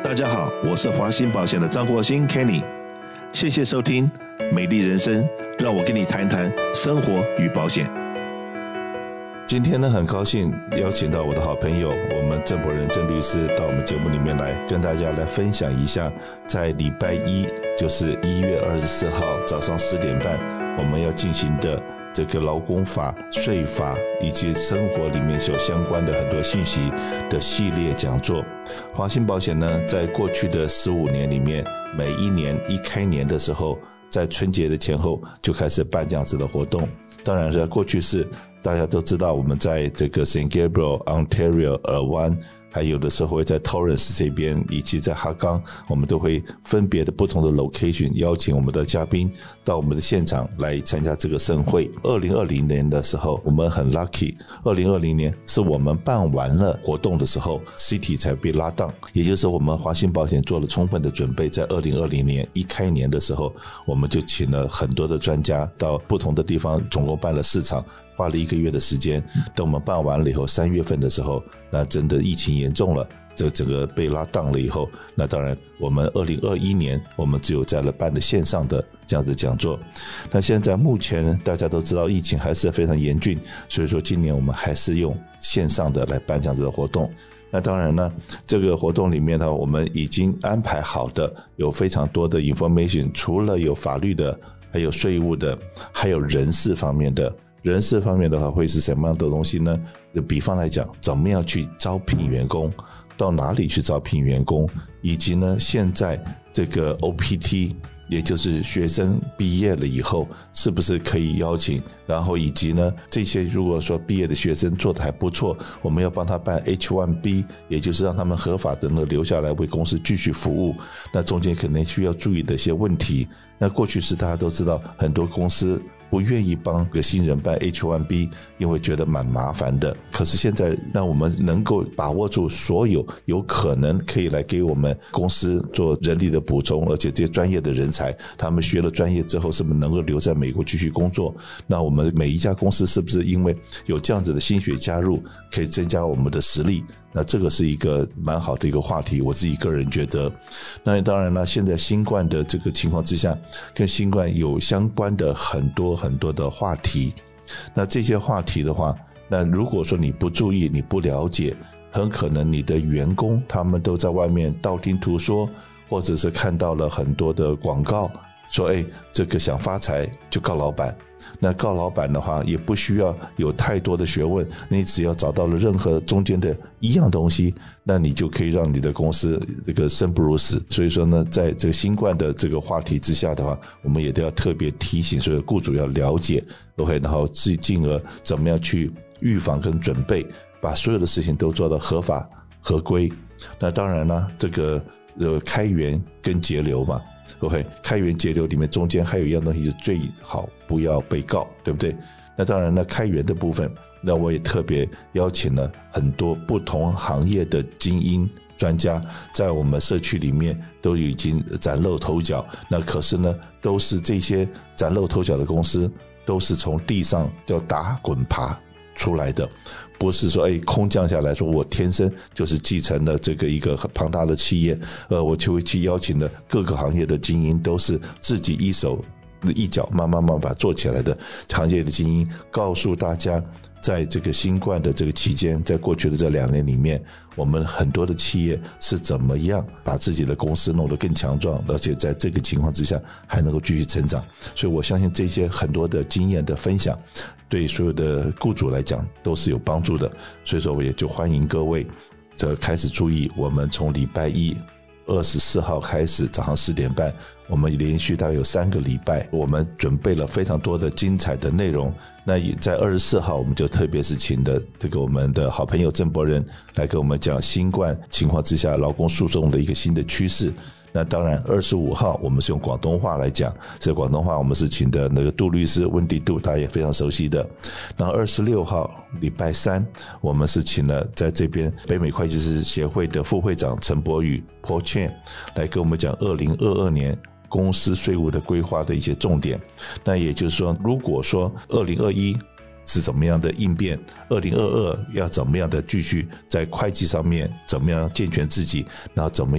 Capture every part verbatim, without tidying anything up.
大家好，我是华兴保险的张国兴 Kenny， 谢谢收听美丽人生，让我跟你谈谈生活与保险。今天呢，很高兴邀请到我的好朋友，我们郑伯仁郑律师到我们节目里面来，跟大家来分享一下，在礼拜一，就是一月二十四号早上十点半，我们要进行的这个劳工法、税法以及生活里面所相关的很多信息的系列讲座。华兴保险呢，在过去的十五年里面，每一年一开年的时候，在春节的前后就开始办这样子的活动。当然在过去是大家都知道，我们在这个 Saint Gabriel、Ontario、尔湾，还有的时候会在 Torrance 这边，以及在哈冈，我们都会分别的不同的 location 邀请我们的嘉宾到我们的现场来参加这个盛会。二零二零年的时候，我们很 lucky， 二零二零年是我们办完了活动的时候 City 才被拉档，也就是我们华兴保险做了充分的准备，在二零二零年一开年的时候，我们就请了很多的专家到不同的地方，总共办了四场，花了一个月的时间。等我们办完了以后，三月份的时候，那真的疫情严重了，这整个被拉档了以后，那当然我们二零二一年我们只有在了办了线上的这样的讲座。那现在目前大家都知道疫情还是非常严峻，所以说今年我们还是用线上的来办这样子的活动。那当然呢，这个活动里面呢，我们已经安排好的有非常多的 information， 除了有法律的，还有税务的，还有人事方面的。人事方面的话会是什么样的东西呢？比方来讲，怎么样去招聘员工，到哪里去招聘员工，以及呢现在这个 O P T， 也就是学生毕业了以后是不是可以邀请，然后以及呢这些如果说毕业的学生做得还不错，我们要帮他办 H 一 B， 也就是让他们合法的留下来为公司继续服务。那中间可能需要注意的一些问题，那过去是大家都知道，很多公司不愿意帮个新人办 H 一 B， 因为觉得蛮麻烦的。可是现在让我们能够把握住所有有可能可以来给我们公司做人力的补充，而且这些专业的人才，他们学了专业之后是不是能够留在美国继续工作，那我们每一家公司是不是因为有这样子的新血加入，可以增加我们的实力，那这个是一个蛮好的一个话题，我自己个人觉得。那当然了，现在新冠的这个情况之下，跟新冠有相关的很多很多的话题，那这些话题的话，那如果说你不注意，你不了解，很可能你的员工他们都在外面道听途说，或者是看到了很多的广告说，哎，这个想发财就告老板。那告老板的话也不需要有太多的学问，你只要找到了任何中间的一样东西，那你就可以让你的公司这个生不如死。所以说呢，在这个新冠的这个话题之下的话，我们也都要特别提醒所有雇主要了解 OK， 然后进而怎么样去预防跟准备，把所有的事情都做到合法合规。那当然了，这个呃开源跟节流嘛，OK， 开源节流里面中间还有一样东西是最好不要被告，对不对？那当然呢，开源的部分，那我也特别邀请了很多不同行业的精英专家，在我们社区里面都已经崭露头角。那可是呢，都是这些崭露头角的公司，都是从地上叫打滚爬出来的，不是说哎空降下来说我天生就是继承了这个一个很庞大的企业，呃，我就会去邀请的各个行业的精英，都是自己一手一脚慢慢慢慢把它做起来的行业的精英，告诉大家，在这个新冠的这个期间，在过去的这两年里面，我们很多的企业是怎么样把自己的公司弄得更强壮，而且在这个情况之下还能够继续成长。所以我相信这些很多的经验的分享，对所有的雇主来讲都是有帮助的。所以说我也就欢迎各位这开始注意，我们从礼拜一二十四号开始早上十点半，我们连续大概有三个礼拜，我们准备了非常多的精彩的内容。那也在二十四号我们就特别是请的这个我们的好朋友郑伯仁来跟我们讲新冠情况之下劳工诉讼的一个新的趋势。那当然二十五号我们是用广东话来讲，这广东话我们是请的那个杜律师温迪杜，大家也非常熟悉的。然后二十六号礼拜三我们是请了在这边北美会计师协会的副会长陈柏宇 Paul Chen 来跟我们讲二零二二年公司税务的规划的一些重点。那也就是说，如果说二零二一是怎么样的应变，二零二二要怎么样的继续在会计上面怎么样健全自己，然后怎么样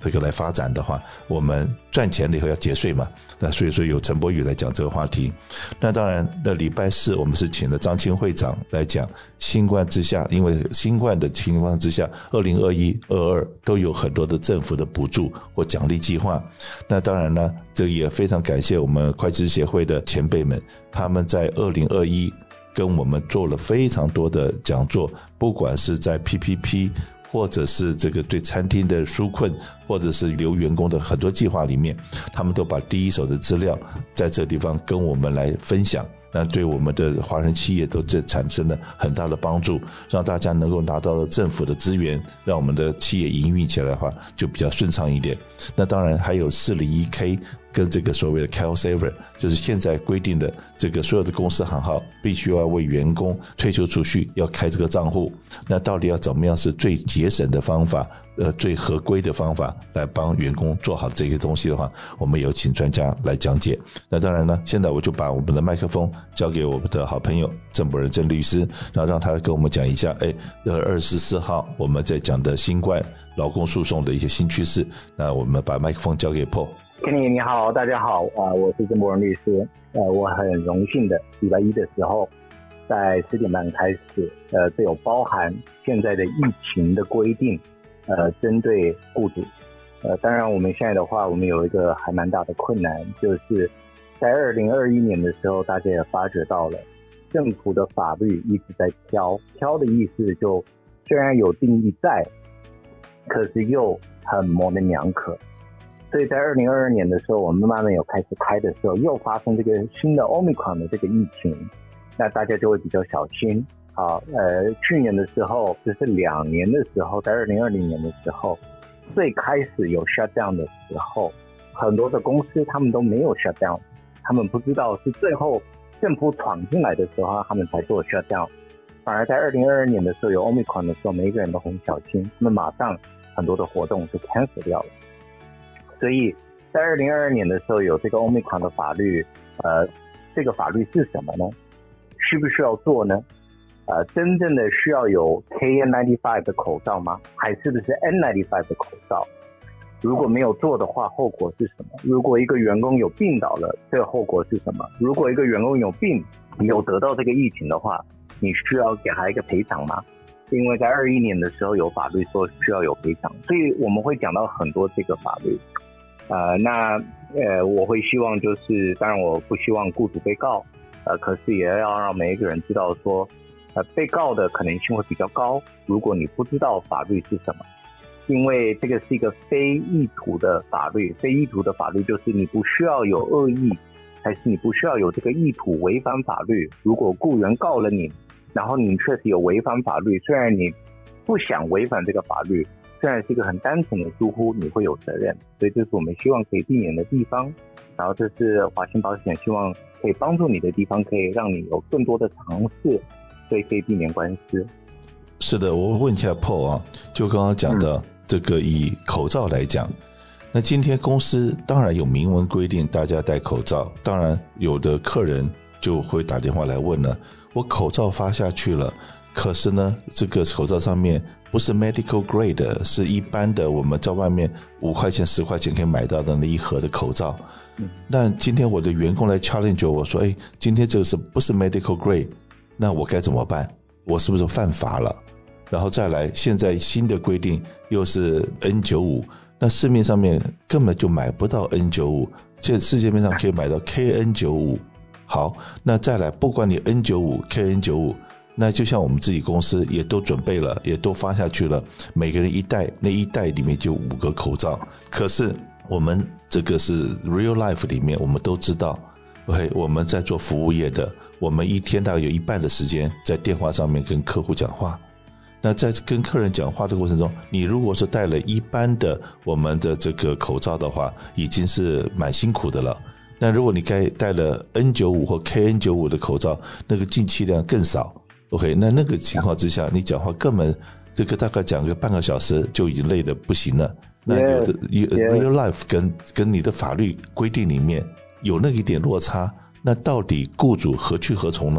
这个来发展的话，我们赚钱了以后要节税嘛，那所以说由陈柏宇来讲这个话题。那当然那礼拜四我们是请了张青会长来讲新冠之下，因为新冠的情况之下二零二一、二二都有很多的政府的补助或奖励计划。那当然呢，这也非常感谢我们会计师协会的前辈们，他们在二零二一跟我们做了非常多的讲座，不管是在 P P P或者是这个对餐厅的纾困，或者是留员工的很多计划里面，他们都把第一手的资料在这个地方跟我们来分享，那对我们的华人企业都这产生了很大的帮助，让大家能够拿到了政府的资源，让我们的企业营运起来的话就比较顺畅一点。那当然还有 四零一 K 跟这个所谓的 CalSaver， 就是现在规定的这个所有的公司行号必须要为员工退休储蓄要开这个账户，那到底要怎么样是最节省的方法，呃，最合规的方法来帮员工做好这些东西的话，我们有请专家来讲解。那当然呢，现在我就把我们的麦克风交给我们的好朋友郑博仁郑律师，然后让他跟我们讲一下，哎，二十四号我们在讲的新冠劳工诉讼的一些新趋势。那我们把麦克风交给 Paul。Kenny 你好，大家好，啊、呃，我是郑博仁律师，呃，我很荣幸的礼拜一的时候，在十点半开始，呃，这有包含现在的疫情的规定，呃，针对雇主，呃，当然我们现在的话，我们有一个还蛮大的困难，就是在二零二一年的时候，大家也发觉到了，政府的法律一直在挑，挑的意思就虽然有定义在，可是又很模棱两可。所以在二零二二年的时候，我们慢慢有开始开的时候，又发生这个新的 Omicron 的这个疫情，那大家就会比较小心。好，呃，去年的时候，就是两年的时候，在二零二零年的时候，最开始有 shutdown 的时候，很多的公司他们都没有 shutdown， 他们不知道是最后政府闯进来的时候，他们才做 shutdown。反而在二零二二年的时候，有 Omicron 的时候，每一个人都很小心，他们马上很多的活动就 cancel 掉了。所以在二零二二年的时候有这个 Omicron 的法律，呃，这个法律是什么呢？需不需要做呢？呃，真正的需要有 K N 九十五 的口罩吗？还是不是 N 九十五 的口罩？如果没有做的话，后果是什么？如果一个员工有病倒了，这个后果是什么？如果一个员工有病，有得到这个疫情的话，你需要给他一个赔偿吗？因为在二一年的时候有法律说需要有赔偿，所以我们会讲到很多这个法律。呃，那呃，我会希望就是，当然我不希望雇主被告，呃，可是也要让每一个人知道说，呃，被告的可能性会比较高。如果你不知道法律是什么，因为这个是一个非意图的法律，非意图的法律就是你不需要有恶意，还是你不需要有这个意图违反法律。如果雇员告了你，然后你确实有违反法律，虽然你不想违反这个法律。虽然是一个很单纯的疏忽，你会有责任，所以这是我们希望可以避免的地方。然后这是华信保险希望可以帮助你的地方，可以让你有更多的尝试，所以可以避免官司。 是的，我问一下 Paul 啊，就刚刚讲的这个以口罩来讲，嗯、那今天公司当然有明文规定大家戴口罩，当然有的客人就会打电话来问了，我口罩发下去了，可是呢，这个口罩上面不是 medical grade， 是一般的我们在外面五块钱十块钱可以买到的那一盒的口罩。嗯、那今天我的员工来 challenge 我说，哎，今天这个是不是 medical grade？ 那我该怎么办？我是不是犯法了？然后再来，现在新的规定又是 N 九十五， 那市面上面根本就买不到 N 九十五， 现在世界面上可以买到 K N 九十五。好，那再来，不管你 N 九十五 K N 九十五，那就像我们自己公司也都准备了，也都发下去了，每个人一袋，那一袋里面就五个口罩。可是我们这个是 real life 里面，我们都知道 OK， 我们在做服务业的，我们一天大概有一半的时间在电话上面跟客户讲话。那在跟客人讲话的过程中，你如果是戴了一般的我们的这个口罩的话，已经是蛮辛苦的了。那如果你该戴了 N 九十五 或 K N 九十五 的口罩，那个进气量更少。OK， 那那个情况之下，你讲话根本这个大概讲个半个小时就已经累得不行了。那有的 yeah, yeah. real life 跟跟你的法律规定里面有那一点落差，那到底雇主何去何从呢？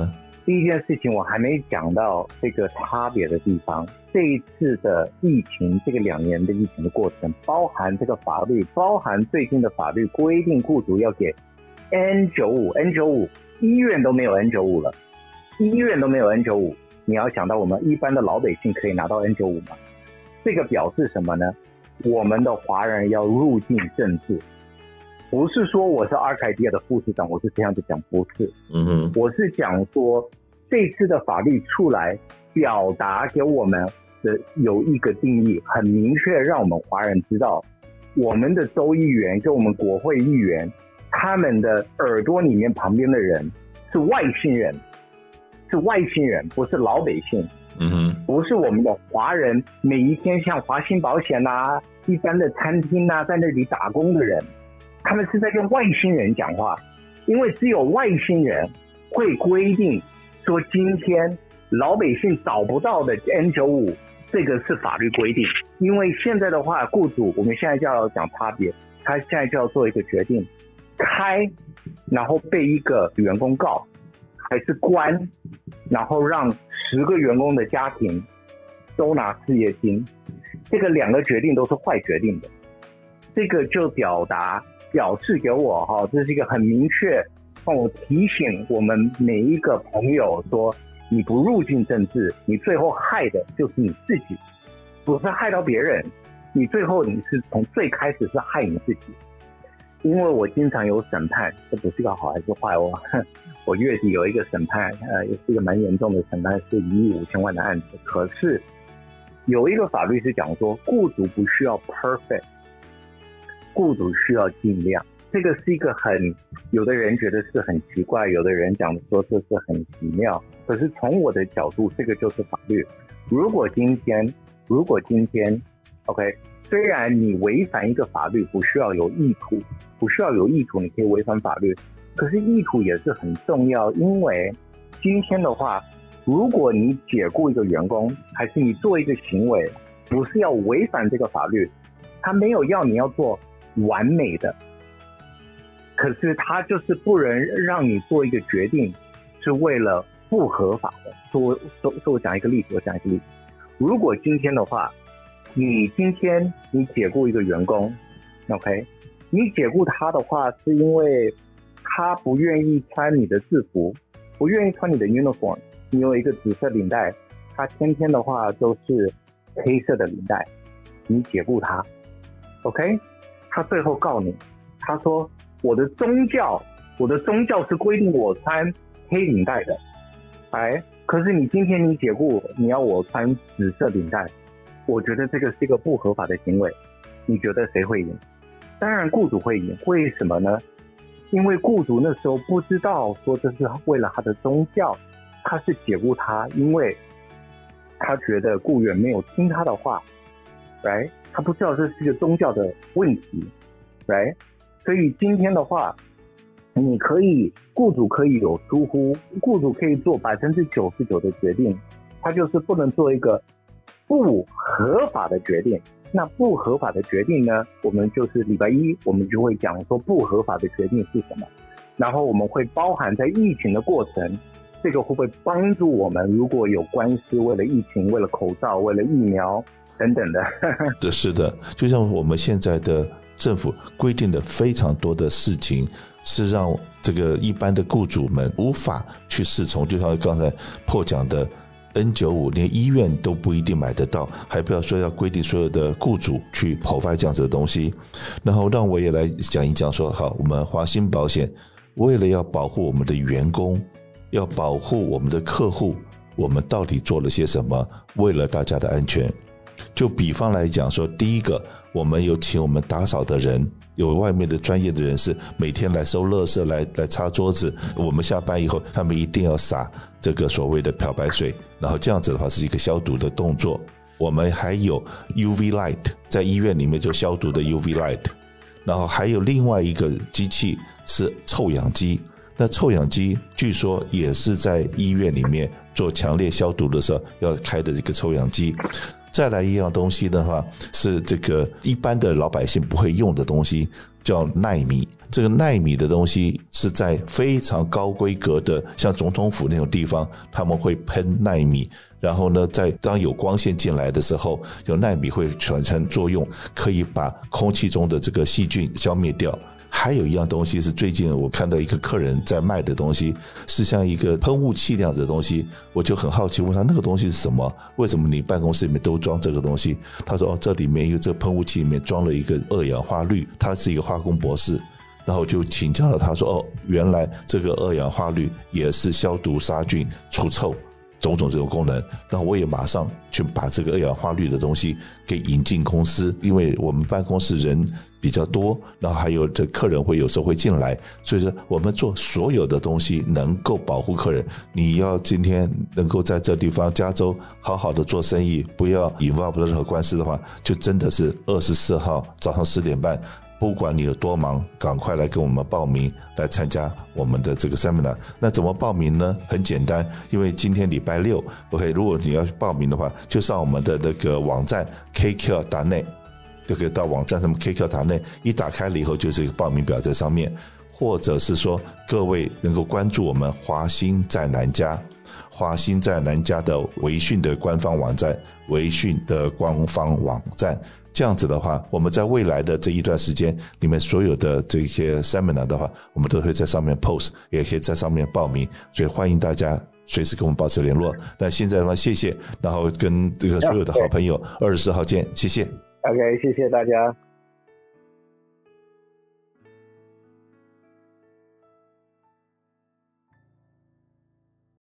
第一件事情我还没讲到这个差别的地方。这一次的疫情，这个两年的疫情的过程，包含这个法律，包含最近的法律规定，雇主要给 N 九十五 N 九十五， 医院都没有 N 九十五 了，医院都没有 N 九十五， 你要想到我们一般的老百姓可以拿到 N 九十五 吗？这个表示什么呢？我们的华人要入境政治，不是说我是阿凯迪亚的副市长，我是这样子讲，不是， 嗯哼， 我是讲说这次的法律出来，表达给我们的有一个定义，很明确，让我们华人知道，我们的州议员跟我们国会议员，他们的耳朵里面旁边的人是外星人，是外星人，不是老百姓。 嗯哼， 不是我们的华人，每一天像华兴保险啊、一般的餐厅啊，在那里打工的人，他们是在跟外星人讲话，因为只有外星人会规定说，今天老百姓找不到的 N 九十五， 这个是法律规定。因为现在的话，雇主我们现在就要讲差别，他现在就要做一个决定，开，然后被一个员工告，还是关，然后让十个员工的家庭都拿失业金，这个两个决定都是坏决定的。这个就表达表示给我哈，这是一个很明确，让我提醒我们每一个朋友说，你不入境政治，你最后害的就是你自己，不是害到别人，你最后你是从最开始是害你自己。因为我经常有审判，这不是个好还是坏哦。我月底有一个审判，呃，也是一个蛮严重的审判，是一亿五千万的案子。可是有一个法律是讲说，雇主不需要 perfect， 雇主需要尽量。这个是一个很，有的人觉得是很奇怪，有的人讲说这是很奇妙。可是从我的角度，这个就是法律。如果今天，如果今天 ，OK。虽然你违反一个法律不需要有意图，不需要有意图，你可以违反法律，可是意图也是很重要。因为今天的话，如果你解雇一个员工，还是你做一个行为，不是要违反这个法律，他没有要你要做完美的，可是他就是不能让你做一个决定是为了不合法的。所以我我讲一个例子，我讲一个例子，如果今天的话，你今天你解雇一个员工 ，OK， 你解雇他的话，是因为他不愿意穿你的制服，不愿意穿你的 uniform， 你有一个紫色领带，他天天的话都是黑色的领带，你解雇他 ，OK， 他最后告你，他说我的宗教，我的宗教是规定我穿黑领带的，哎，可是你今天你解雇，你要我穿紫色领带。我觉得这个是一个不合法的行为，你觉得谁会赢？当然雇主会赢，为什么呢？因为雇主那时候不知道说这是为了他的宗教，他是解雇他，因为他觉得雇员没有听他的话 ，right？ 他不知道这是一个宗教的问题 ，right？ 所以今天的话，你可以雇主可以有疏忽，雇主可以做百分之九十九的决定，他就是不能做一个不合法的决定。那不合法的决定呢，我们就是礼拜一我们就会讲说不合法的决定是什么，然后我们会包含在疫情的过程，这个会不会帮助我们如果有官司，为了疫情，为了口罩，为了疫苗等等的。 对，是的，就像我们现在的政府规定的非常多的事情，是让这个一般的雇主们无法去适从，就像刚才破讲的N 九十五 连医院都不一定买得到，还不要说要规定所有的雇主去provide这样子的东西。然后让我也来讲一讲说，好，我们华兴保险为了要保护我们的员工，要保护我们的客户，我们到底做了些什么，为了大家的安全。就比方来讲说，第一个，我们有请我们打扫的人，有外面的专业的人士每天来收垃圾，来来擦桌子，我们下班以后他们一定要洒这个所谓的漂白水，然后这样子的话是一个消毒的动作。我们还有 U V light， 在医院里面就消毒的 U V light， 然后还有另外一个机器是臭氧机，那臭氧机据说也是在医院里面做强烈消毒的时候要开的这个臭氧机。再来一样东西的话，是这个一般的老百姓不会用的东西， 叫奈米。这个奈米的东西是在非常高规格的，像总统府那种地方，他们会喷奈米，然后呢，在当有光线进来的时候，有奈米会产生作用，可以把空气中的这个细菌消灭掉。还有一样东西是最近我看到一个客人在卖的东西，是像一个喷雾器那样子的东西，我就很好奇问他那个东西是什么，为什么你办公室里面都装这个东西？他说哦，这里面有这个喷雾器里面装了一个二氧化氯，他是一个化工博士。然后就请教了他说哦，原来这个二氧化氯也是消毒杀菌除臭种种这种功能。然后我也马上去把这个二氧化氯的东西给引进公司，因为我们办公室人比较多，然后还有这客人会有时候会进来，所以说我们做所有的东西能够保护客人。你要今天能够在这地方加州好好的做生意，不要引发不到任何官司的话，就真的是二十四号早上十点半，不管你有多忙，赶快来跟我们报名来参加我们的这个 seminar。 那怎么报名呢？很简单，因为今天礼拜六 OK， 如果你要报名的话，就上我们的那个网站 K Q 点 net， 就可以到网站上面 K Q 点 net， 一打开了以后就是一个报名表在上面，或者是说各位能够关注我们华兴在南加华兴在南加的微讯的官方网站，微讯的官方网站。这样子的话，我们在未来的这一段时间，你们所有的这些 seminar 的话，我们都会在上面 post， 也可以在上面报名，所以欢迎大家随时跟我们保持联络。那现在的话，谢谢，然后跟这个所有的好朋友二十四号见，谢谢。 OK， 谢谢大家。